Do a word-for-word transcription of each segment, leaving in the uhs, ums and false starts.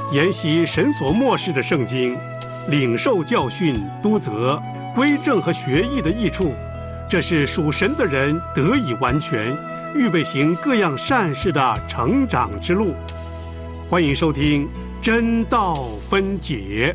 研习神所默示的圣经，领受教训、督责、归正和学艺的益处，这是属神的人得以完全，预备行各样善事的成长之路。欢迎收听真道分解。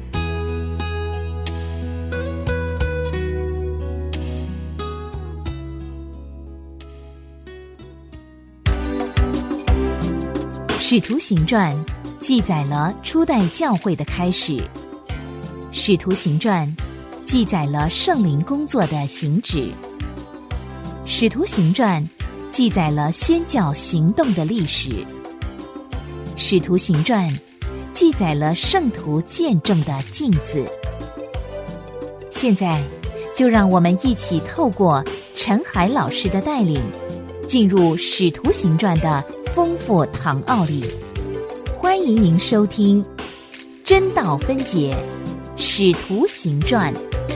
使徒行传记载了初代教会的开始，使徒行传记载了圣灵工作的行止，使徒行传记载了宣教行动的历史，使徒行传记载了圣徒见证的镜子。现在就让我们一起透过陈海老师的带领，进入使徒行传的丰富堂奥里。欢迎您收听真道分解使徒行传。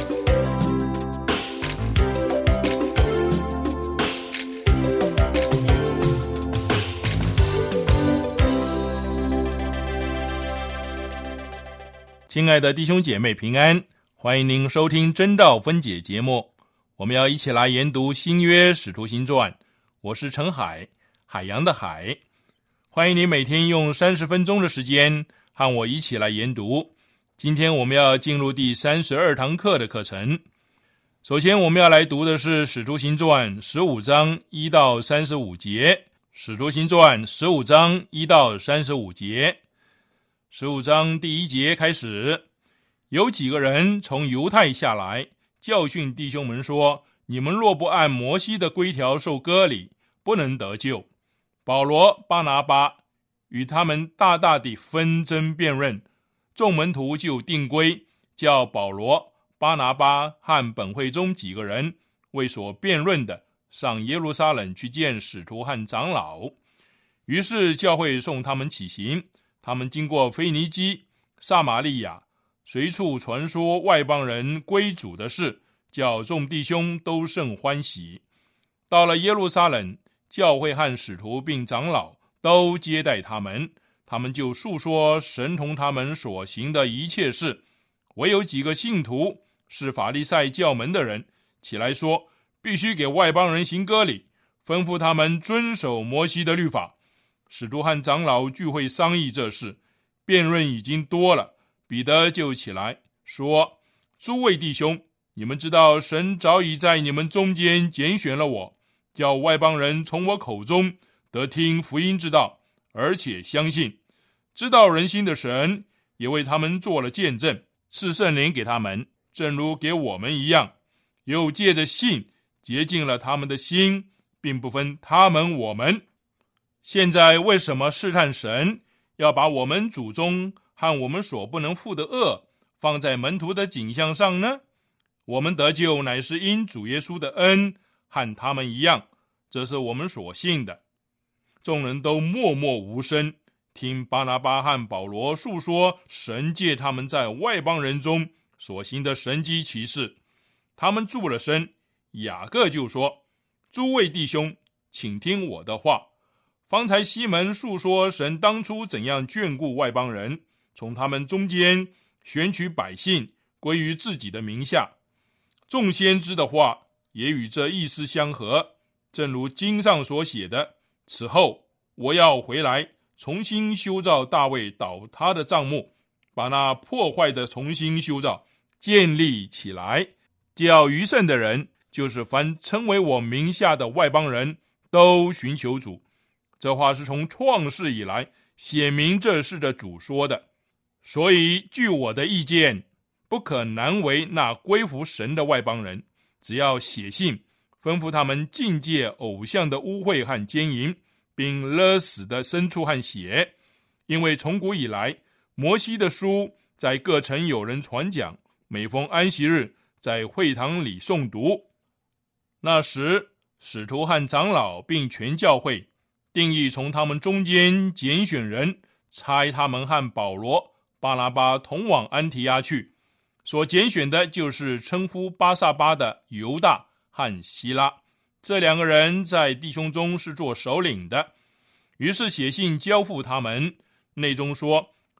亲爱的弟兄姐妹平安，欢迎您收听真道分解节目。我们要一起来研读新约使徒行传，我是陈海，海洋的海。欢迎你每天用三十分钟的时间和我一起来研读。今天我们要进入第三十二堂课的课程。首先我们要来读的是使徒行传十五章一到三十五节。使徒行传十五章一到三十五节。十五章第一节开始，有几个人从犹太下来，教训弟兄们说，你们若不按摩西的规条受割礼，不能得救。保罗、巴拿巴与他们大大地纷争辩论，众门徒就定规，叫保罗、巴拿巴和本会中几个人为所辩论的上耶路撒冷去见使徒和长老。于是教会送他们起行，他们经过腓尼基、撒玛利亚，随处传说外邦人归主的事，叫众弟兄都甚欢喜。到了耶路撒冷，教会和使徒并长老都接待他们，他们就述说神同他们所行的一切事。唯有几个信徒是法利赛教门的人，起来说必须给外邦人行割礼，吩咐他们遵守摩西的律法。使徒和长老聚会商议这事，辩论已经多了，彼得就起来说，诸位弟兄，你们知道神早已在你们中间拣选了我，叫外邦人从我口中得听福音之道，而且相信。知道人心的神也为他们做了见证，赐圣灵给他们，正如给我们一样，又借着信洁净了他们的心，并不分他们我们。现在为什么试探神，要把我们祖宗和我们所不能负的恶放在门徒的颈项上呢？我们得救乃是因主耶稣的恩，和他们一样，这是我们所信的。众人都默默无声，听巴拿巴和保罗述说神借他们在外邦人中所行的神迹奇事。他们住了声，雅各就说，诸位弟兄，请听我的话。方才西门述说神当初怎样眷顾外邦人，从他们中间选取百姓归于自己的名下。众先知的话也与这意思相合，正如经上所写的，此后我要回来，重新修造大卫倒塌的帐幕，把那破坏的重新修造，建立起来，叫余剩的人，就是凡称为我名下的外邦人，都寻求主。这话是从创世以来显明这事的主说的。所以据我的意见，不可难为那归服神的外邦人，只要写信吩咐他们禁戒偶像的污秽和奸淫，并勒死的牲畜和血。因为从古以来，摩西的书在各城有人传讲，每逢安息日在会堂里诵读。那时使徒和长老并全教会定义从他们中间拣选人，差他们和保罗、巴拿巴同往安提阿去。所拣选的就是称呼巴撒巴的犹大和希拉，这两个人在弟兄中是做首领的。于是写信交付他们，内中说，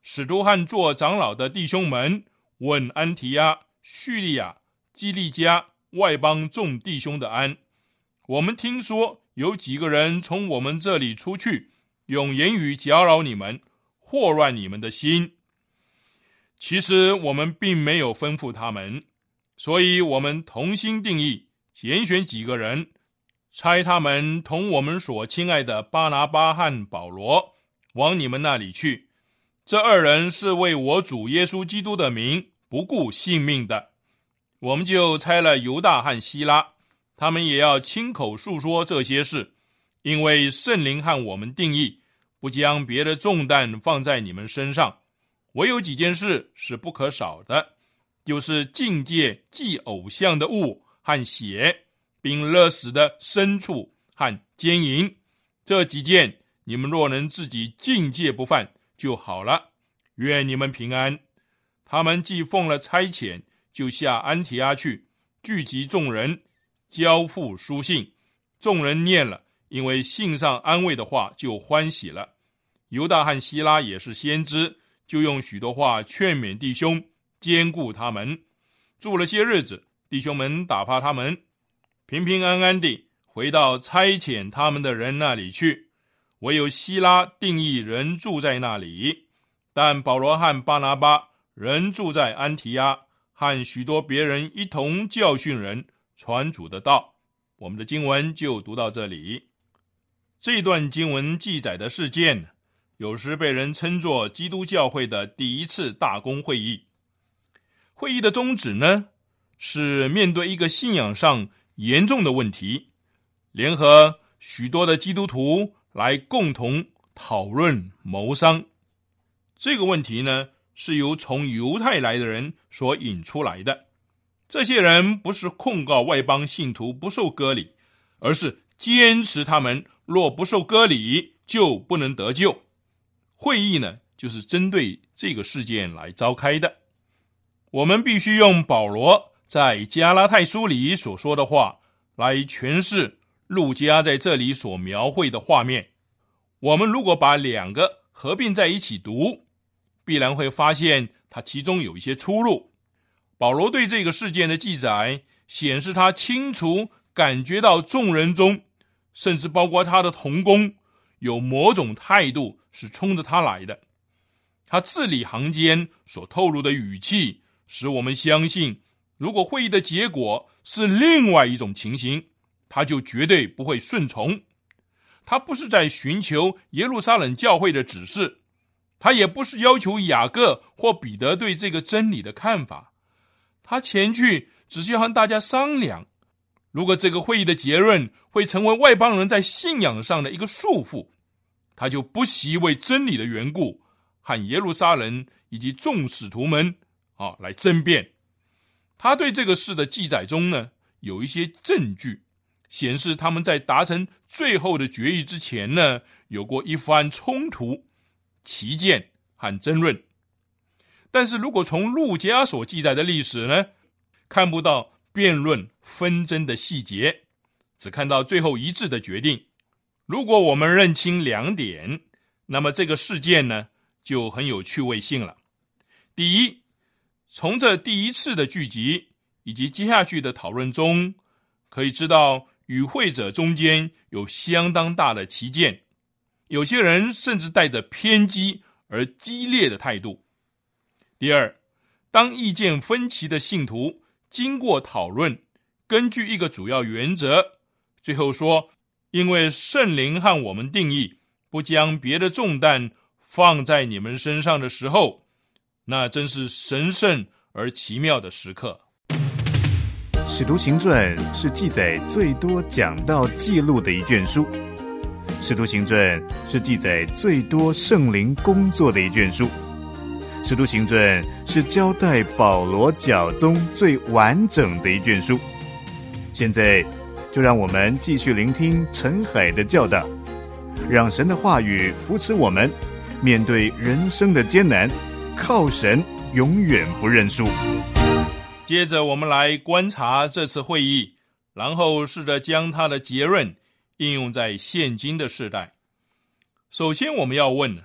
使徒和做长老的弟兄们问安提亚、叙利亚、基利家外邦众弟兄的安。我们听说有几个人从我们这里出去，用言语搅扰你们，祸乱你们的心。其实我们并没有吩咐他们，所以我们同心定义，拣选几个人，差他们同我们所亲爱的巴拿巴和保罗往你们那里去。这二人是为我主耶稣基督的名不顾性命的。我们就差了犹大和希拉，他们也要亲口述说这些事，因为圣灵和我们定义，不将别的重担放在你们身上，唯有几件事是不可少的，就是禁戒祭偶像的物和血，并勒死的牲畜和奸淫。这几件你们若能自己禁戒不犯就好了，愿你们平安。他们既奉了差遣，就下安提阿去，聚集众人，交付书信。众人念了，因为信上安慰的话，就欢喜了。犹大和希拉也是先知，就用许多话劝勉弟兄，坚固他们。住了些日子，弟兄们打发他们平平安安地回到差遣他们的人那里去，唯有希拉定义人住在那里，但保罗和巴拿巴人住在安提亚，和许多别人一同教训人，传主的道。我们的经文就读到这里。这段经文记载的事件，有时被人称作基督教会的第一次大公会议。会议的宗旨呢，是面对一个信仰上严重的问题，联合许多的基督徒来共同讨论谋商。这个问题呢，是由从犹太来的人所引出来的。这些人不是控告外邦信徒不受割礼，而是坚持他们若不受割礼就不能得救。会议呢，就是针对这个事件来召开的。我们必须用保罗在加拉太书里所说的话来诠释路加在这里所描绘的画面。我们如果把两个合并在一起读，必然会发现它其中有一些出入。保罗对这个事件的记载，显示他清楚感觉到众人中，甚至包括他的同工，有某种态度是冲着他来的。他字里行间所透露的语气，使我们相信，如果会议的结果是另外一种情形，他就绝对不会顺从。他不是在寻求耶路撒冷教会的指示，他也不是要求雅各或彼得对这个真理的看法。他前去只是要和大家商量，如果这个会议的结论会成为外邦人在信仰上的一个束缚，他就不惜为真理的缘故和耶路撒冷以及众使徒们啊来争辩。他对这个事的记载中呢，有一些证据显示他们在达成最后的决议之前呢，有过一番冲突、歧见和争论。但是如果从路加所记载的历史呢，看不到辩论纷争的细节，只看到最后一致的决定。如果我们认清两点，那么这个事件呢，就很有趣味性了。第一，从这第一次的聚集以及接下去的讨论中，可以知道与会者中间有相当大的歧见，有些人甚至带着偏激而激烈的态度。第二，当意见分歧的信徒经过讨论，根据一个主要原则，最后说，因为圣灵和我们定义，不将别的重担放在你们身上的时候，那真是神圣而奇妙的时刻。 使徒行传是记载最多讲道记录的一卷书，使徒行传是记载最多圣灵工作的一卷书，使徒行传是交代保罗教宗最完整的一卷书。现在就让我们继续聆听陈海的教导，让神的话语扶持我们，面对人生的艰难，靠神永远不认输。 接着我们来观察这次会议，然后试着将它的结论应用在现今的世代。首先我们要问，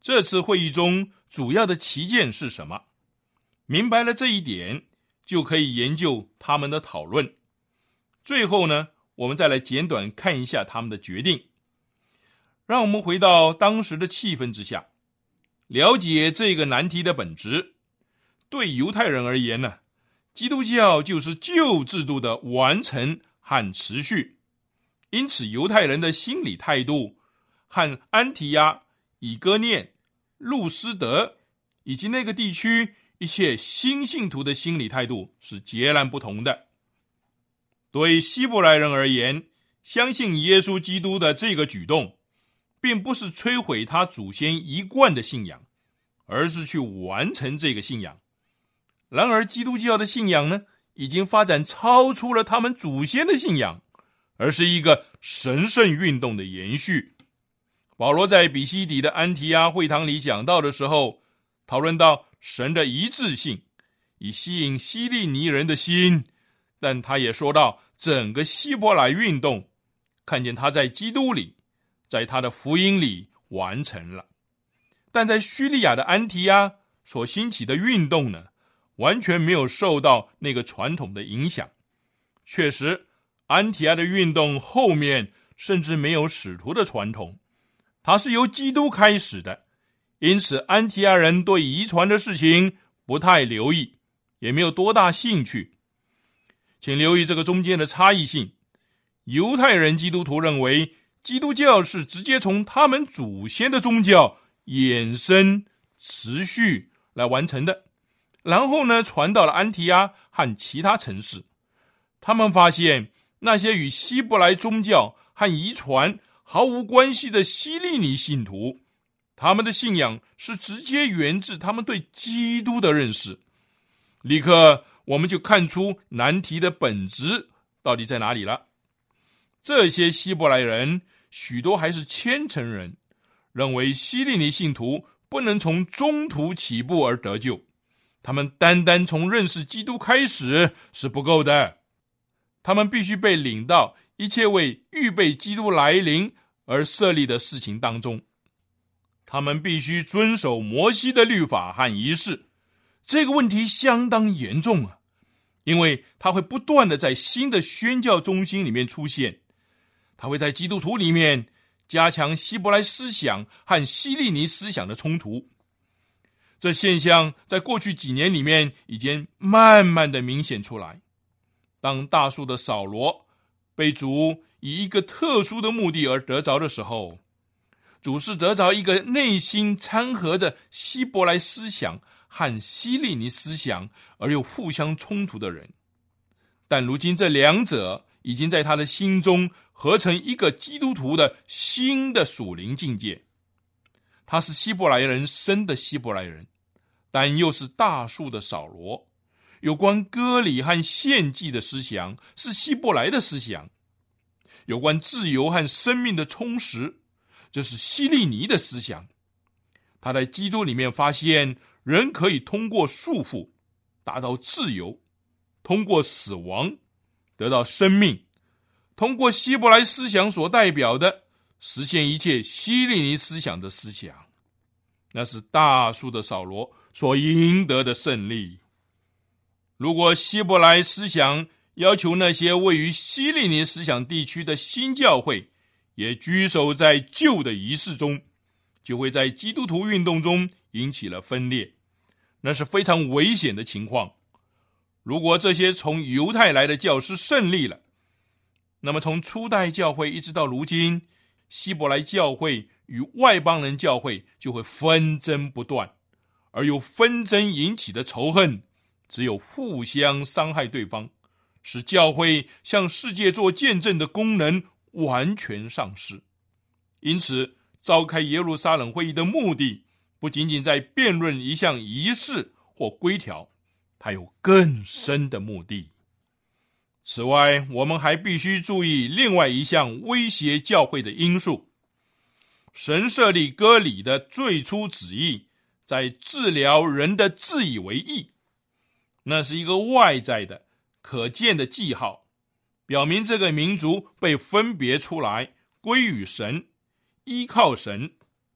这次会议中主要的旗舰是什么？明白了这一点，就可以研究他们的讨论。最后呢，我们再来简短看一下他们的决定。让我们回到当时的气氛之下，了解这个难题的本质。对犹太人而言呢，基督教就是旧制度的完成和持续，因此犹太人的心理态度和安提亚、以哥念、路斯德以及那个地区一切新信徒的心理态度是截然不同的。对希伯来人而言，相信耶稣基督的这个举动并不是摧毁他祖先一贯的信仰，而是去完成这个信仰。然而基督教的信仰呢，已经发展超出了他们祖先的信仰，而是一个神圣运动的延续。保罗在比西底的安提阿会堂里讲道的时候，讨论到神的一致性，以吸引希利尼人的心，但他也说到整个希伯来运动，看见他在基督里，在他的福音里完成了。但在叙利亚的安提阿所兴起的运动呢，完全没有受到那个传统的影响。确实，安提阿的运动后面甚至没有使徒的传统，它是由基督开始的，因此安提阿人对遗传的事情不太留意，也没有多大兴趣。请留意这个中间的差异性。犹太人基督徒认为基督教是直接从他们祖先的宗教衍生持续来完成的，然后呢传到了安提阿和其他城市。他们发现那些与希伯来宗教和遗传毫无关系的希利尼信徒，他们的信仰是直接源自他们对基督的认识。立刻我们就看出难题的本质到底在哪里了。这些希伯来人许多还是虔诚人，认为希利尼信徒不能从中途起步而得救，他们单单从认识基督开始是不够的，他们必须被领到一切为预备基督来临而设立的事情当中。他们必须遵守摩西的律法和仪式。这个问题相当严重啊，因为它会不断的在新的宣教中心里面出现，它会在基督徒里面加强希伯来思想和希利尼思想的冲突。这现象在过去几年里面已经慢慢的明显出来。当大数的扫罗被主以一个特殊的目的而得着的时候，主是得着一个内心掺和着希伯来思想和希利尼思想而又互相冲突的人。但如今这两者已经在他的心中合成一个基督徒的新的属灵境界。他是希伯来人生的希伯来人，但又是大数的扫罗。有关割礼和献祭的思想是希伯来的思想，有关自由和生命的充实，这是希利尼的思想。他在基督里面发现人可以通过束缚达到自由，通过死亡得到生命，通过希伯来思想所代表的实现一切希利尼思想的思想。那是大数的扫罗所赢得的胜利。如果希伯来思想要求那些位于希利尼思想地区的新教会也居守在旧的仪式中，就会在基督徒运动中引起了分裂，那是非常危险的情况。如果这些从犹太来的教师胜利了，那么从初代教会一直到如今，希伯来教会与外邦人教会就会纷争不断，而由纷争引起的仇恨只有互相伤害对方，使教会向世界做见证的功能完全丧失。因此召开耶路撒冷会议的目的不仅仅在辩论一项仪式或规条，它有更深的目的。此外，我们还必须注意另外一项威胁教会的因素。神设立割礼的最初旨意在治疗人的自以为义，那是一个外在的可见的记号，表明这个民族被分别出来归于神，依靠神。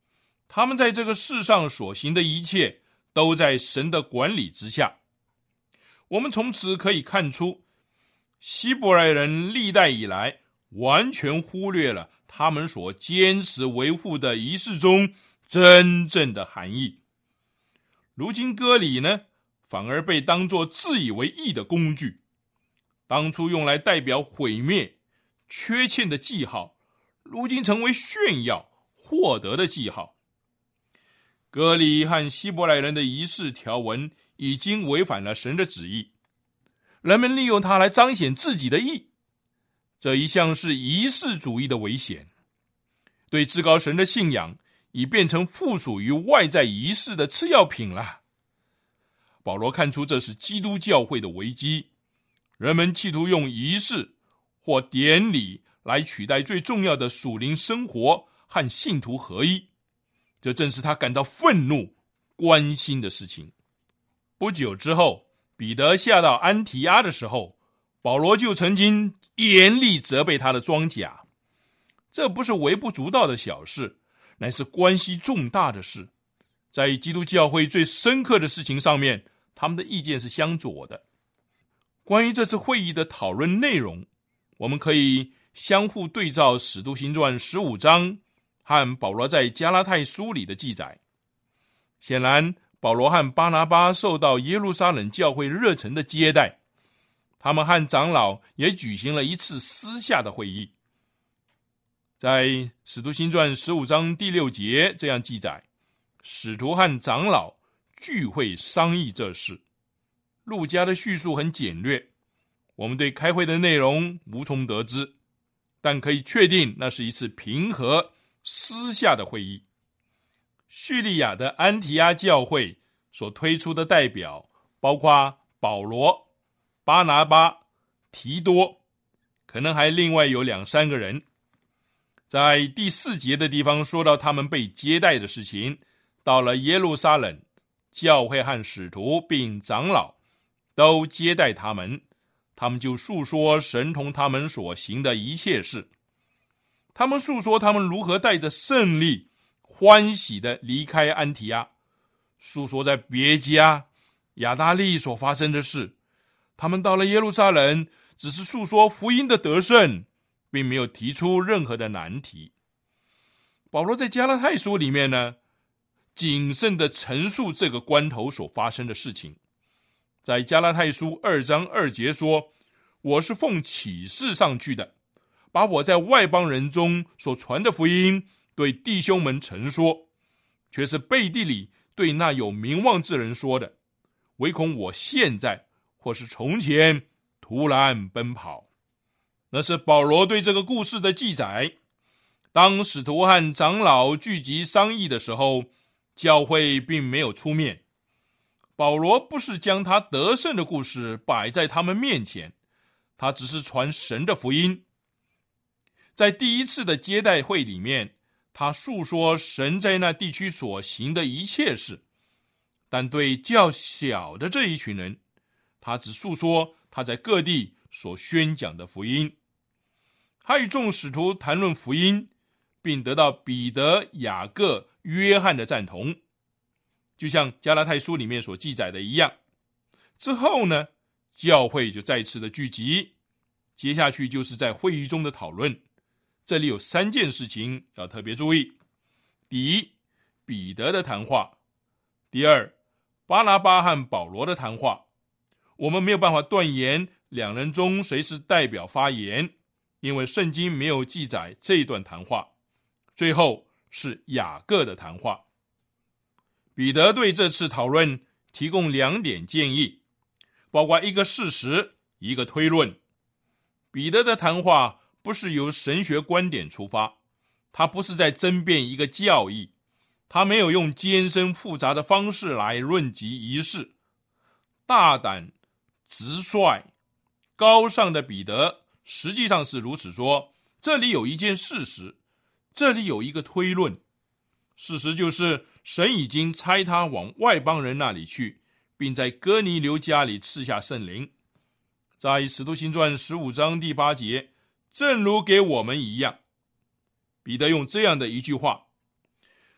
他们在这个世上所行的一切都在神的管理之下。我们从此可以看出，希伯来人历代以来完全忽略了他们所坚持维护的仪式中真正的含义。如今割礼呢，反而被当作自以为义的工具，当初用来代表毁灭缺欠的记号，如今成为炫耀获得的记号。割礼和希伯来人的仪式条文已经违反了神的旨意，人们利用它来彰显自己的义，这一向是仪式主义的危险。对至高神的信仰已变成附属于外在仪式的次要品了。保罗看出这是基督教会的危机，人们企图用仪式或典礼来取代最重要的属灵生活和信徒合一，这正是他感到愤怒关心的事情。不久之后，彼得下到安提阿的时候，保罗就曾经严厉责备他的装甲。这不是微不足道的小事，乃是关系重大的事。在基督教会最深刻的事情上面，他们的意见是相左的。关于这次会议的讨论内容，我们可以相互对照使徒行传十五章和保罗在加拉太书里的记载。显然，保罗和巴拿巴受到耶路撒冷教会热忱的接待，他们和长老也举行了一次私下的会议。在使徒行传十五章第六节这样记载，使徒和长老聚会商议这事。路加的叙述很简略，我们对开会的内容无从得知，但可以确定那是一次平和私下的会议。叙利亚的安提阿教会所推出的代表包括保罗、巴拿巴、提多，可能还另外有两三个人。在第四节的地方说到他们被接待的事情，到了耶路撒冷，教会和使徒并长老都接待他们，他们就述说神同他们所行的一切事。他们述说他们如何带着胜利欢喜地离开安提阿，述说在别家亚大利所发生的事。他们到了耶路撒冷，只是述说福音的得胜，并没有提出任何的难题。保罗在加拉太书里面呢，谨慎地陈述这个关头所发生的事情。在加拉太书二章二节说，我是奉启示上去的，把我在外邦人中所传的福音对弟兄们陈说，却是背地里对那有名望之人说的，唯恐我现在或是从前突然奔跑。那是保罗对这个故事的记载。当使徒和长老聚集商议的时候，教会并没有出面。保罗不是将他得胜的故事摆在他们面前，他只是传神的福音。在第一次的接待会里面，他述说神在那地区所行的一切事，但对较小的这一群人，他只述说他在各地所宣讲的福音。他与众使徒谈论福音，并得到彼得、雅各、约翰的赞同，就像加拉太书里面所记载的一样。之后呢，教会就再次的聚集，接下去就是在会议中的讨论。这里有三件事情要特别注意。第一，彼得的谈话；第二，巴拿巴和保罗的谈话。我们没有办法断言两人中谁是代表发言，因为圣经没有记载这段谈话。最后是雅各的谈话。彼得对这次讨论提供两点建议，包括一个事实，一个推论。彼得的谈话不是由神学观点出发，他不是在争辩一个教义，他没有用艰深复杂的方式来论及仪式。大胆、直率、高尚的彼得实际上是如此说，这里有一件事实，这里有一个推论。事实就是神已经差他往外邦人那里去，并在哥尼流家里赐下圣灵。在使徒行传十五章第八节，正如给我们一样。彼得用这样的一句话，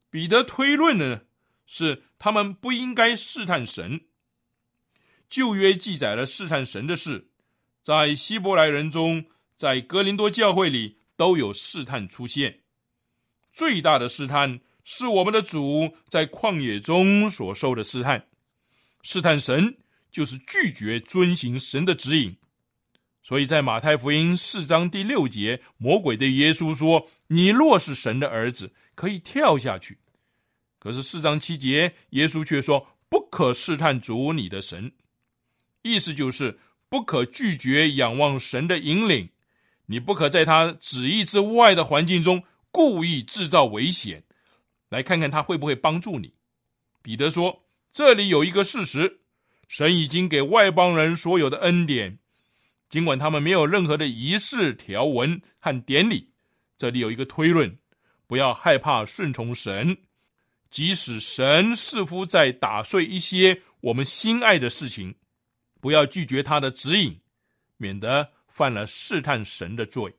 彼得推论的呢，是他们不应该试探神。旧约记载了试探神的事，在希伯来人中，在哥林多教会里都有试探出现。最大的试探是我们的主在旷野中所受的试探。试探神就是拒绝遵行神的指引。所以在马太福音四章第六节，魔鬼对耶稣说，你若是神的儿子，可以跳下去。可是四章七节，耶稣却说，不可试探主你的神。意思就是不可拒绝仰望神的引领，你不可在他旨意之外的环境中故意制造危险，来看看他会不会帮助你。彼得说，这里有一个事实，神已经给外邦人所有的恩典，尽管他们没有任何的仪式条文和典礼。这里有一个推论，不要害怕顺从神，即使神似乎在打碎一些我们心爱的事情，不要拒绝他的指引，免得犯了试探神的罪。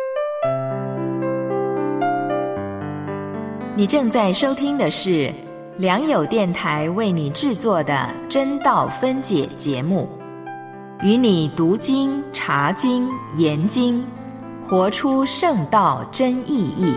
你正在收听的是良友电台为你制作的真道分解节目，与你读经、查经、研经，活出圣道真意义。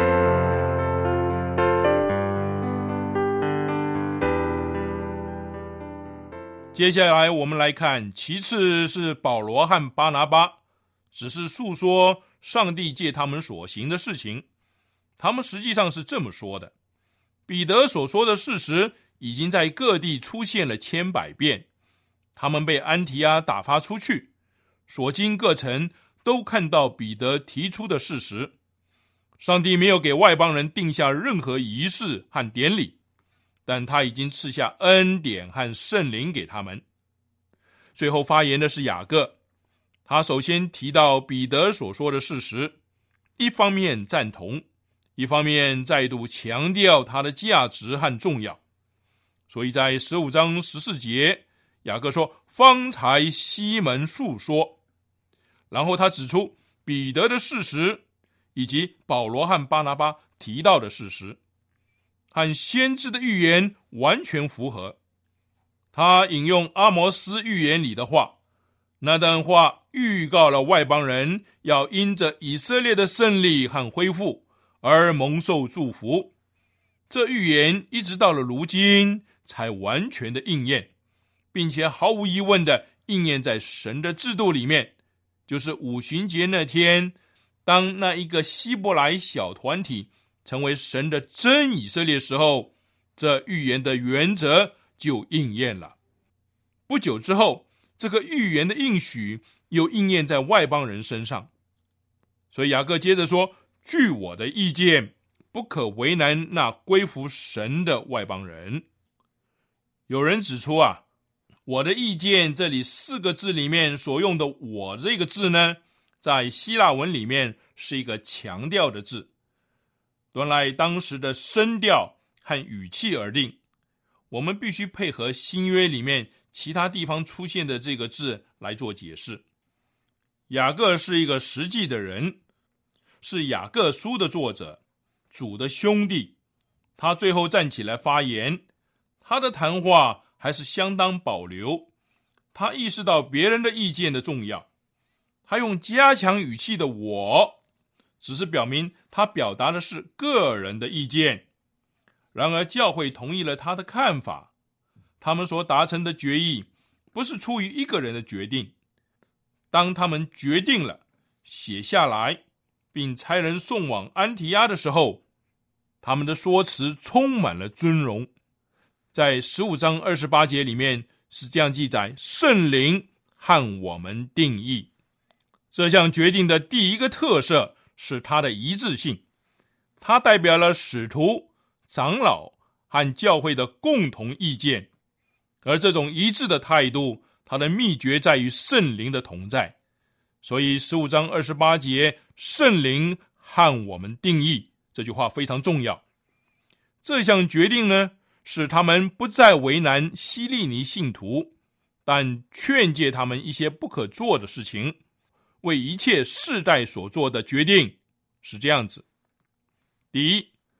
接下来我们来看，其次是保罗和巴拿巴，只是述说上帝借他们所行的事情。他们实际上是这么说的，彼得所说的事实已经在各地出现了千百遍，他们被安提阿打发出去，所经各城都看到彼得提出的事实。上帝没有给外邦人定下任何仪式和典礼，但他已经赐下恩典和圣灵给他们。最后发言的是雅各，他首先提到彼得所说的事实，一方面赞同，一方面再度强调它的价值和重要。所以在十五章十四节，雅各说，方才西门述说，然后他指出彼得的事实，以及保罗和巴拿巴提到的事实，和先知的预言完全符合。他引用阿摩斯预言里的话，那段话预告了外邦人要因着以色列的胜利和恢复而蒙受祝福。这预言一直到了如今才完全的应验，并且毫无疑问的应验在神的制度里面，就是五旬节那天，当那一个希伯来小团体成为神的真以色列时候，这预言的原则就应验了。不久之后，这个预言的应许又应验在外邦人身上。所以雅各接着说，据我的意见，不可为难那归服神的外邦人。有人指出啊，我的意见这里四个字里面所用的我这个字呢，在希腊文里面是一个强调的字，端赖当时的声调和语气而定，我们必须配合新约里面其他地方出现的这个字来做解释。雅各是一个实际的人，是雅各书的作者，主的兄弟。他最后站起来发言，他的谈话还是相当保留，他意识到别人的意见的重要，他用加强语气的我，只是表明他表达的是个人的意见。然而教会同意了他的看法，他们所达成的决议不是出于一个人的决定。当他们决定了写下来并差人送往安提阿的时候，他们的说辞充满了尊荣。在十五章二十八节里面是这样记载，圣灵和我们定义。这项决定的第一个特色是它的一致性，它代表了使徒、长老和教会的共同意见，而这种一致的态度，它的秘诀在于圣灵的同在。所以十五章二十八节，圣灵和我们定义，这句话非常重要。这项决定呢，使他们不再为难希利尼信徒，但劝诫他们一些不可做的事情，为一切世代所做的决定是这样子。第一，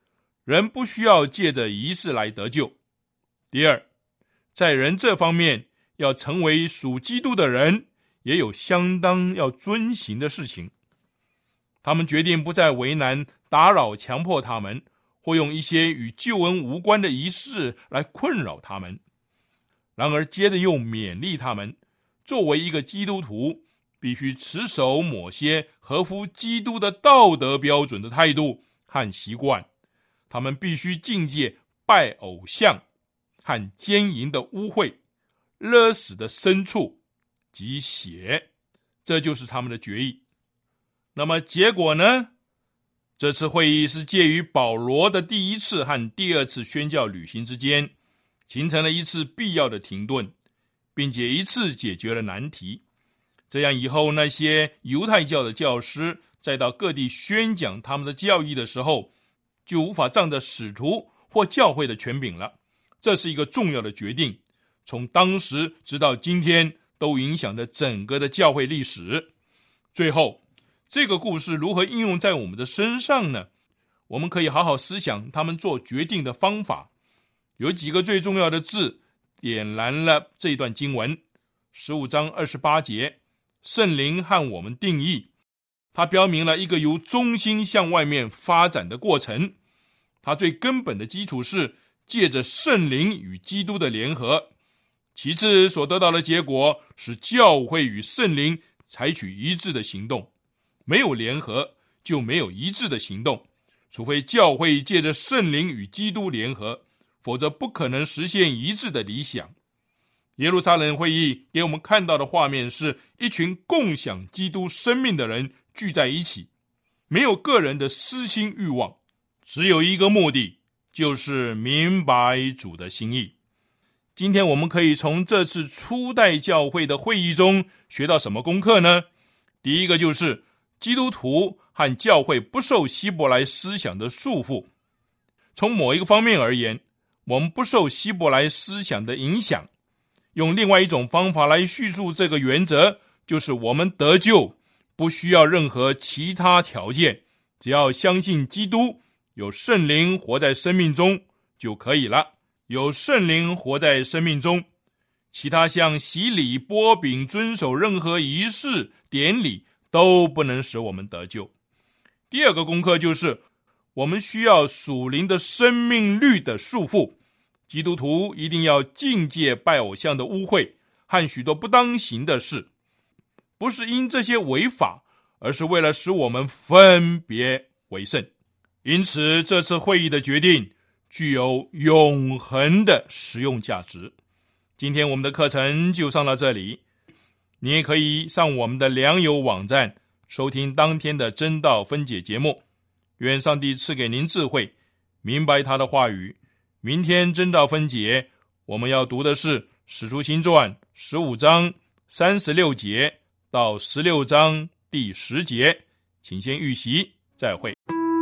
人不需要借着仪式来得救。第二，在人这方面要成为属基督的人，也有相当要遵行的事情。他们决定不再为难、打扰、强迫他们，或用一些与救恩无关的仪式来困扰他们。然而接着又勉励他们，作为一个基督徒，必须持守某些合乎基督的道德标准的态度和习惯。他们必须禁戒拜偶像和奸淫的污秽、勒死的牲畜及血，这就是他们的决议。那么结果呢？这次会议是介于保罗的第一次和第二次宣教旅行之间，形成了一次必要的停顿，并且一次解决了难题。这样以后那些犹太教的教师再到各地宣讲他们的教义的时候，就无法仗着使徒或教会的权柄了。这是一个重要的决定，从当时直到今天都影响着整个的教会历史。最后，这个故事如何应用在我们的身上呢？我们可以好好思想他们做决定的方法。有几个最重要的字点燃了这一段经文。十五章二十八节，圣灵和我们定义，它标明了一个由中心向外面发展的过程。它最根本的基础是借着圣灵与基督的联合，其次所得到的结果是教会与圣灵采取一致的行动。没有联合就没有一致的行动，除非教会借着圣灵与基督联合，否则不可能实现一致的理想。耶路撒冷会议给我们看到的画面是一群共享基督生命的人聚在一起，没有个人的私心欲望，只有一个目的，就是明白主的心意。今天我们可以从这次初代教会的会议中学到什么功课呢？第一个就是基督徒和教会不受希伯来思想的束缚。从某一个方面而言，我们不受希伯来思想的影响。用另外一种方法来叙述这个原则，就是我们得救不需要任何其他条件，只要相信基督，有圣灵活在生命中就可以了。有圣灵活在生命中，其他像洗礼、擘饼、遵守任何仪式、典礼都不能使我们得救。第二个功课就是我们需要属灵的生命律的束缚。基督徒一定要禁戒拜偶像的污秽和许多不当行的事，不是因这些违法，而是为了使我们分别为圣。因此这次会议的决定具有永恒的实用价值。今天我们的课程就上到这里，你也可以上我们的良友网站收听当天的真道分解节目。愿上帝赐给您智慧，明白他的话语。明天真道分解我们要读的是使徒行传十五章三十六节到十六章第十节，请先预习，再会。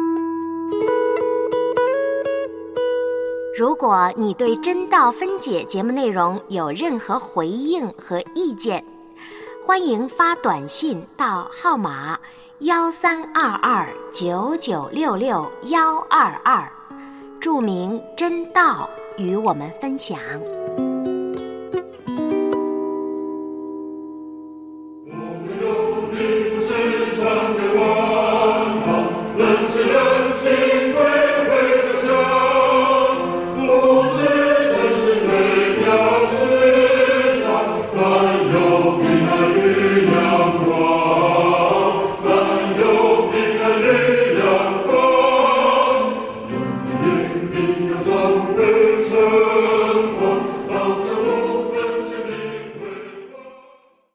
如果你对真道分解节目内容有任何回应和意见，欢迎发短信到号码幺三二二九九六六幺二二，注明真道与我们分享。 Lord.